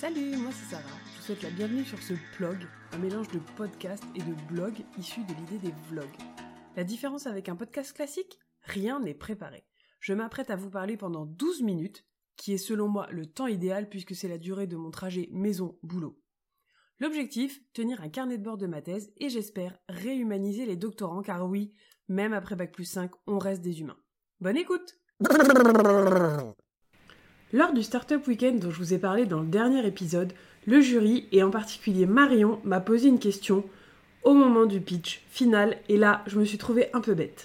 Salut, moi c'est Sarah. Je vous souhaite la bienvenue sur ce blog, un mélange de podcast et de blog issu de l'idée des vlogs. La différence avec un podcast classique, rien n'est préparé. Je m'apprête à vous parler pendant 12 minutes, qui est selon moi le temps idéal puisque c'est la durée de mon trajet maison-boulot. L'objectif, tenir un carnet de bord de ma thèse et j'espère réhumaniser les doctorants car oui, même après Bac+5, on reste des humains. Bonne écoute! Lors du Startup Weekend dont je vous ai parlé dans le dernier épisode, le jury, et en particulier Marion, m'a posé une question au moment du pitch final, et là, je me suis trouvée un peu bête.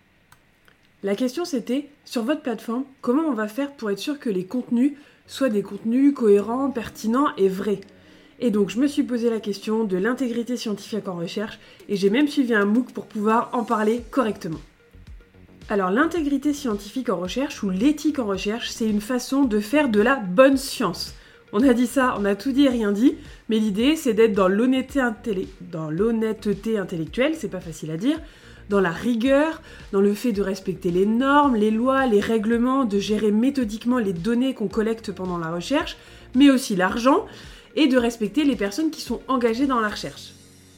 La question c'était, sur votre plateforme, comment on va faire pour être sûr que les contenus soient des contenus cohérents, pertinents et vrais ? Et donc, je me suis posé la question de l'intégrité scientifique en recherche, et j'ai même suivi un MOOC pour pouvoir en parler correctement. Alors, l'intégrité scientifique en recherche ou l'éthique en recherche, c'est une façon de faire de la bonne science. On a dit ça, on a tout dit et rien dit, mais l'idée, c'est d'être dans l'honnêteté intellectuelle, c'est pas facile à dire, dans la rigueur, dans le fait de respecter les normes, les lois, les règlements, de gérer méthodiquement les données qu'on collecte pendant la recherche, mais aussi l'argent, et de respecter les personnes qui sont engagées dans la recherche.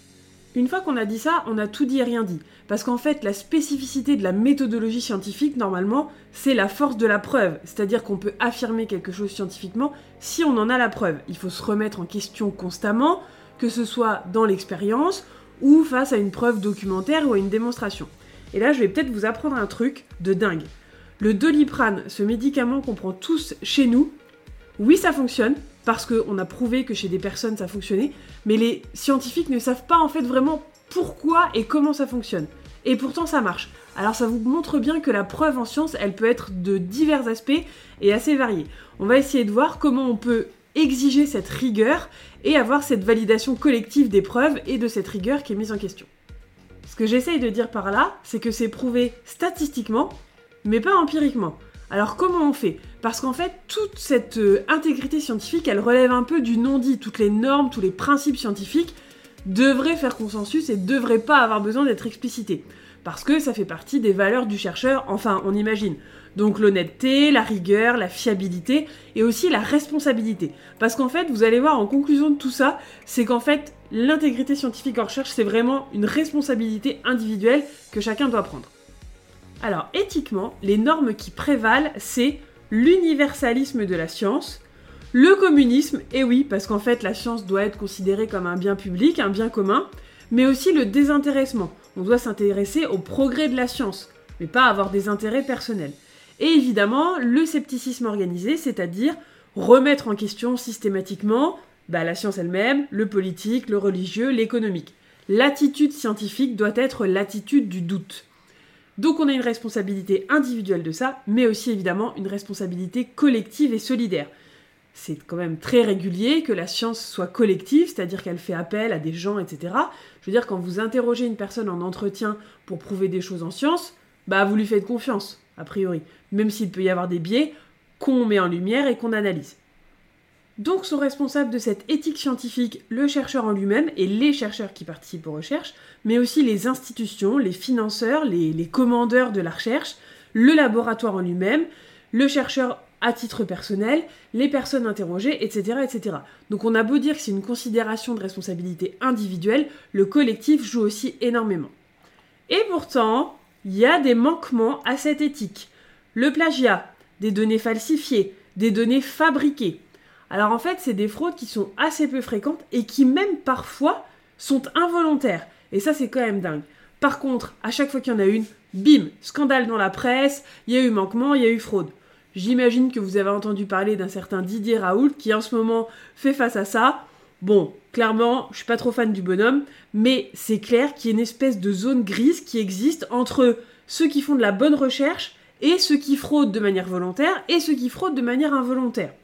Une fois qu'on a dit ça, on a tout dit et rien dit. Parce qu'en fait, la spécificité de la méthodologie scientifique, normalement, c'est la force de la preuve. C'est-à-dire qu'on peut affirmer quelque chose scientifiquement si on en a la preuve. Il faut se remettre en question constamment, que ce soit dans l'expérience ou face à une preuve documentaire ou à une démonstration. Et là, je vais peut-être vous apprendre un truc de dingue. Le Doliprane, ce médicament qu'on prend tous chez nous, oui, ça fonctionne, parce qu'on a prouvé que chez des personnes ça fonctionnait, mais les scientifiques ne savent pas en fait vraiment pourquoi et comment ça fonctionne. Et pourtant ça marche. Alors ça vous montre bien que la preuve en science, elle peut être de divers aspects et assez variés. On va essayer de voir comment on peut exiger cette rigueur et avoir cette validation collective des preuves et de cette rigueur qui est mise en question. Ce que j'essaye de dire par là, c'est que c'est prouvé statistiquement, mais pas empiriquement. Alors comment on fait ? Parce qu'en fait, toute cette intégrité scientifique, elle relève un peu du non-dit. Toutes les normes, tous les principes scientifiques devraient faire consensus et devraient pas avoir besoin d'être explicités. Parce que ça fait partie des valeurs du chercheur, enfin, on imagine. Donc l'honnêteté, la rigueur, la fiabilité et aussi la responsabilité. Parce qu'en fait, vous allez voir en conclusion de tout ça, c'est qu'en fait, l'intégrité scientifique en recherche, c'est vraiment une responsabilité individuelle que chacun doit prendre. Alors, éthiquement, les normes qui prévalent, c'est l'universalisme de la science, le communisme, et oui, parce qu'en fait, la science doit être considérée comme un bien public, un bien commun, mais aussi le désintéressement. On doit s'intéresser au progrès de la science, mais pas avoir des intérêts personnels. Et évidemment, le scepticisme organisé, c'est-à-dire remettre en question systématiquement la science elle-même, le politique, le religieux, l'économique. L'attitude scientifique doit être l'attitude du doute. Donc on a une responsabilité individuelle de ça, mais aussi évidemment une responsabilité collective et solidaire. C'est quand même très régulier que la science soit collective, c'est-à-dire qu'elle fait appel à des gens, etc. Je veux dire, quand vous interrogez une personne en entretien pour prouver des choses en science, vous lui faites confiance, a priori, même s'il peut y avoir des biais qu'on met en lumière et qu'on analyse. Donc sont responsables de cette éthique scientifique le chercheur en lui-même et les chercheurs qui participent aux recherches, mais aussi les institutions, les financeurs, les commandeurs de la recherche, le laboratoire en lui-même, le chercheur à titre personnel, les personnes interrogées, etc., etc. Donc on a beau dire que c'est une considération de responsabilité individuelle, le collectif joue aussi énormément. Et pourtant, il y a des manquements à cette éthique. Le plagiat, des données falsifiées, des données fabriquées. Alors en fait, c'est des fraudes qui sont assez peu fréquentes et qui même parfois sont involontaires. Et ça, c'est quand même dingue. Par contre, à chaque fois qu'il y en a une, bim, scandale dans la presse, il y a eu manquement, il y a eu fraude. J'imagine que vous avez entendu parler d'un certain Didier Raoult qui en ce moment fait face à ça. Bon, clairement, je suis pas trop fan du bonhomme, mais c'est clair qu'il y a une espèce de zone grise qui existe entre ceux qui font de la bonne recherche et ceux qui fraudent de manière volontaire et ceux qui fraudent de manière involontaire.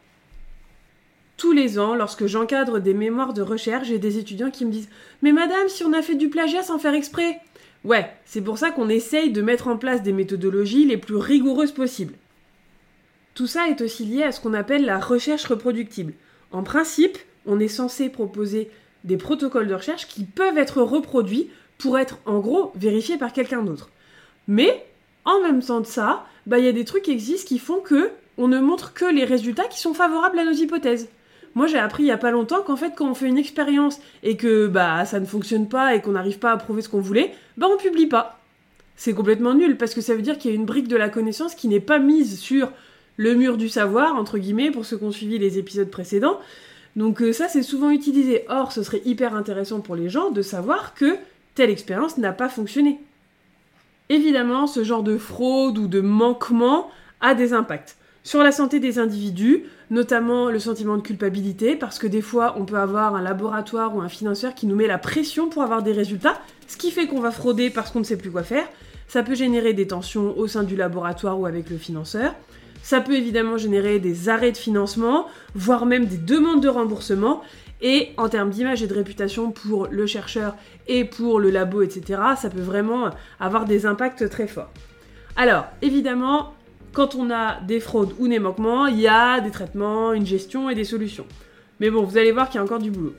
Tous les ans, lorsque j'encadre des mémoires de recherche, j'ai des étudiants qui me disent « Mais madame, si on a fait du plagiat sans faire exprès !» Ouais, c'est pour ça qu'on essaye de mettre en place des méthodologies les plus rigoureuses possibles. Tout ça est aussi lié à ce qu'on appelle la recherche reproductible. En principe, on est censé proposer des protocoles de recherche qui peuvent être reproduits pour être, en gros, vérifiés par quelqu'un d'autre. Mais, en même temps de ça, il y a des trucs qui existent qui font que on ne montre que les résultats qui sont favorables à nos hypothèses. Moi, j'ai appris il y a pas longtemps qu'en fait, quand on fait une expérience et que ça ne fonctionne pas et qu'on n'arrive pas à prouver ce qu'on voulait, on publie pas. C'est complètement nul parce que ça veut dire qu'il y a une brique de la connaissance qui n'est pas mise sur le mur du savoir, entre guillemets, pour ceux qui ont suivi les épisodes précédents. Donc ça, c'est souvent utilisé. Or, ce serait hyper intéressant pour les gens de savoir que telle expérience n'a pas fonctionné. Évidemment, ce genre de fraude ou de manquement a des impacts sur la santé des individus, notamment le sentiment de culpabilité, parce que des fois, on peut avoir un laboratoire ou un financeur qui nous met la pression pour avoir des résultats, ce qui fait qu'on va frauder parce qu'on ne sait plus quoi faire. Ça peut générer des tensions au sein du laboratoire ou avec le financeur. Ça peut évidemment générer des arrêts de financement, voire même des demandes de remboursement. Et en termes d'image et de réputation pour le chercheur et pour le labo, etc., ça peut vraiment avoir des impacts très forts. Alors, évidemment, quand on a des fraudes ou des manquements, il y a des traitements, une gestion et des solutions. Mais bon, vous allez voir qu'il y a encore du boulot.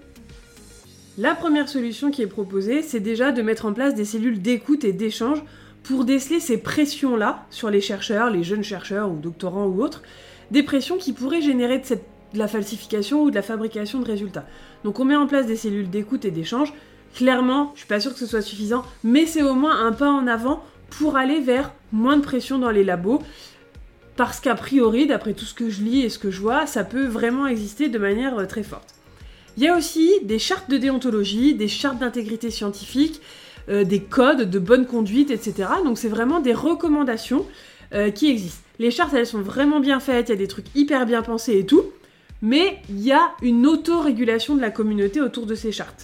La première solution qui est proposée, c'est déjà de mettre en place des cellules d'écoute et d'échange pour déceler ces pressions-là sur les chercheurs, les jeunes chercheurs ou doctorants ou autres, des pressions qui pourraient générer de la falsification ou de la fabrication de résultats. Donc on met en place des cellules d'écoute et d'échange. Clairement, je suis pas sûre que ce soit suffisant, mais c'est au moins un pas en avant pour aller vers moins de pression dans les labos, parce qu'a priori, d'après tout ce que je lis et ce que je vois, ça peut vraiment exister de manière très forte. Il y a aussi des chartes de déontologie, des chartes d'intégrité scientifique, des codes de bonne conduite, etc. Donc c'est vraiment des recommandations qui existent. Les chartes, elles sont vraiment bien faites, il y a des trucs hyper bien pensés et tout, mais il y a une autorégulation de la communauté autour de ces chartes.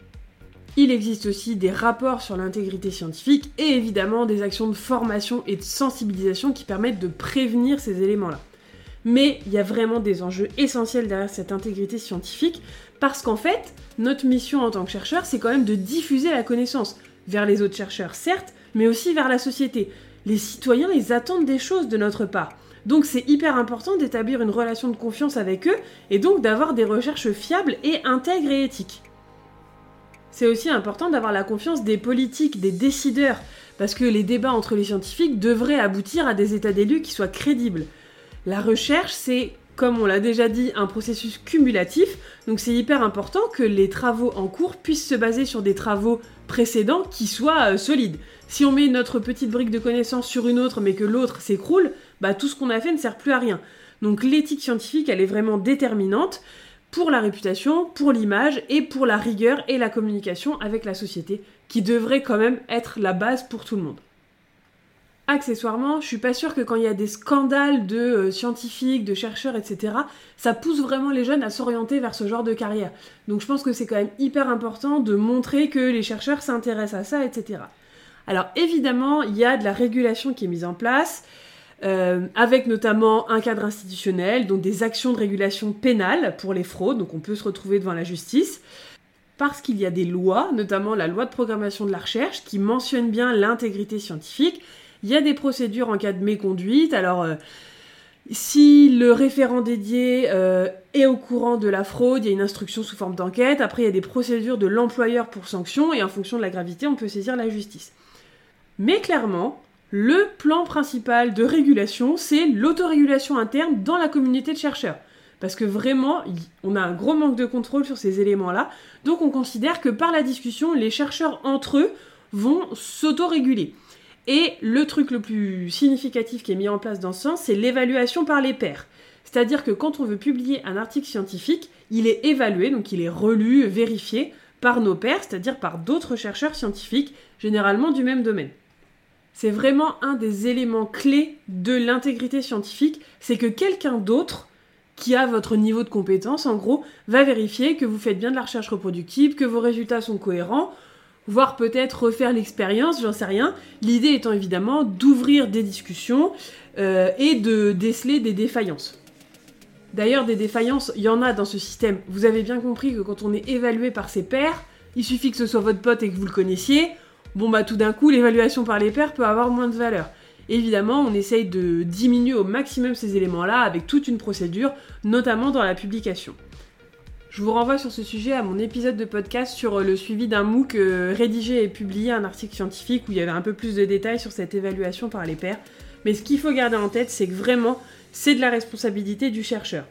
Il existe aussi des rapports sur l'intégrité scientifique et évidemment des actions de formation et de sensibilisation qui permettent de prévenir ces éléments-là. Mais il y a vraiment des enjeux essentiels derrière cette intégrité scientifique parce qu'en fait, notre mission en tant que chercheur, c'est quand même de diffuser la connaissance vers les autres chercheurs, certes, mais aussi vers la société. Les citoyens, ils attendent des choses de notre part. Donc c'est hyper important d'établir une relation de confiance avec eux et donc d'avoir des recherches fiables et intègres et éthiques. C'est aussi important d'avoir la confiance des politiques, des décideurs, parce que les débats entre les scientifiques devraient aboutir à des états des lieux qui soient crédibles. La recherche, c'est, comme on l'a déjà dit, un processus cumulatif, donc c'est hyper important que les travaux en cours puissent se baser sur des travaux précédents qui soient solides. Si on met notre petite brique de connaissances sur une autre, mais que l'autre s'écroule, tout ce qu'on a fait ne sert plus à rien. Donc l'éthique scientifique, elle est vraiment déterminante pour la réputation, pour l'image et pour la rigueur et la communication avec la société, qui devrait quand même être la base pour tout le monde. Accessoirement, je suis pas sûre que quand il y a des scandales de scientifiques, de chercheurs, etc., ça pousse vraiment les jeunes à s'orienter vers ce genre de carrière. Donc je pense que c'est quand même hyper important de montrer que les chercheurs s'intéressent à ça, etc. Alors évidemment, il y a de la régulation qui est mise en place, avec notamment un cadre institutionnel, donc des actions de régulation pénale pour les fraudes, donc on peut se retrouver devant la justice, parce qu'il y a des lois, notamment la loi de programmation de la recherche, qui mentionne bien l'intégrité scientifique. Il y a des procédures en cas de méconduite, alors si le référent dédié est au courant de la fraude, il y a une instruction sous forme d'enquête, après il y a des procédures de l'employeur pour sanction, et en fonction de la gravité, on peut saisir la justice. Mais clairement, le plan principal de régulation, c'est l'autorégulation interne dans la communauté de chercheurs. Parce que vraiment, on a un gros manque de contrôle sur ces éléments-là. Donc on considère que par la discussion, les chercheurs entre eux vont s'autoréguler. Et le truc le plus significatif qui est mis en place dans ce sens, c'est l'évaluation par les pairs. C'est-à-dire que quand on veut publier un article scientifique, il est évalué, donc il est relu, vérifié par nos pairs, c'est-à-dire par d'autres chercheurs scientifiques, généralement du même domaine. C'est vraiment un des éléments clés de l'intégrité scientifique, c'est que quelqu'un d'autre, qui a votre niveau de compétence, en gros, va vérifier que vous faites bien de la recherche reproductible, que vos résultats sont cohérents, voire peut-être refaire l'expérience, j'en sais rien. L'idée étant évidemment d'ouvrir des discussions et de déceler des défaillances. D'ailleurs, des défaillances, il y en a dans ce système. Vous avez bien compris que quand on est évalué par ses pairs, il suffit que ce soit votre pote et que vous le connaissiez, tout d'un coup, l'évaluation par les pairs peut avoir moins de valeur. Évidemment, on essaye de diminuer au maximum ces éléments-là avec toute une procédure, notamment dans la publication. Je vous renvoie sur ce sujet à mon épisode de podcast sur le suivi d'un MOOC rédigé et publié un article scientifique où il y avait un peu plus de détails sur cette évaluation par les pairs. Mais ce qu'il faut garder en tête, c'est que vraiment, c'est de la responsabilité du chercheur.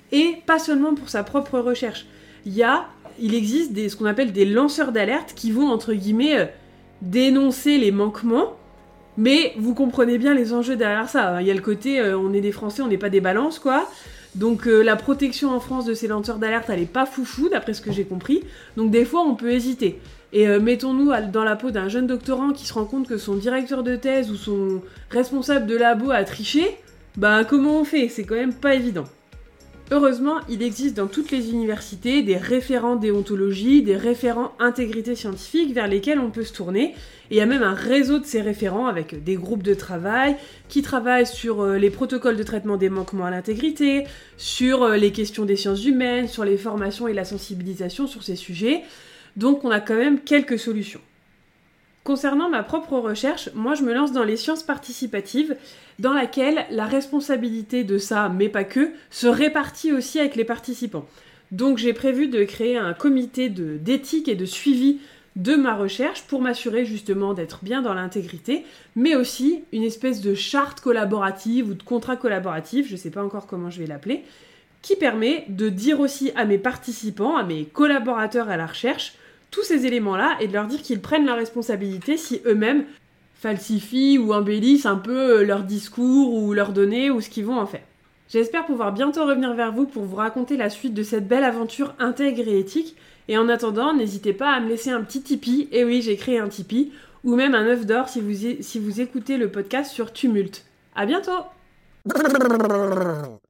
et pas seulement pour sa propre recherche. Il existe ce qu'on appelle des lanceurs d'alerte qui vont, entre guillemets, dénoncer les manquements, mais vous comprenez bien les enjeux derrière ça. Il y a le côté, on est des Français, on n'est pas des balances, quoi. Donc la protection en France de ces lanceurs d'alerte, elle est pas foufou, d'après ce que j'ai compris. Donc des fois, on peut hésiter. Et mettons-nous dans la peau d'un jeune doctorant qui se rend compte que son directeur de thèse ou son responsable de labo a triché. Bah comment on fait ? C'est quand même pas évident. Heureusement, il existe dans toutes les universités des référents déontologie, des référents intégrité scientifique vers lesquels on peut se tourner. Et il y a même un réseau de ces référents avec des groupes de travail qui travaillent sur les protocoles de traitement des manquements à l'intégrité, sur les questions des sciences humaines, sur les formations et la sensibilisation sur ces sujets. Donc on a quand même quelques solutions. Concernant ma propre recherche, moi je me lance dans les sciences participatives, dans laquelle la responsabilité de ça, mais pas que, se répartit aussi avec les participants. Donc j'ai prévu de créer un comité d'éthique et de suivi de ma recherche pour m'assurer justement d'être bien dans l'intégrité, mais aussi une espèce de charte collaborative ou de contrat collaboratif, je ne sais pas encore comment je vais l'appeler, qui permet de dire aussi à mes participants, à mes collaborateurs à la recherche, tous ces éléments-là et de leur dire qu'ils prennent la responsabilité si eux-mêmes falsifient ou embellissent un peu leur discours ou leurs données ou ce qu'ils vont en faire. J'espère pouvoir bientôt revenir vers vous pour vous raconter la suite de cette belle aventure intègre et éthique. Et en attendant, n'hésitez pas à me laisser un petit Tipeee, et oui, j'ai créé un Tipeee, ou même un œuf d'or si vous écoutez le podcast sur Tumult. À bientôt!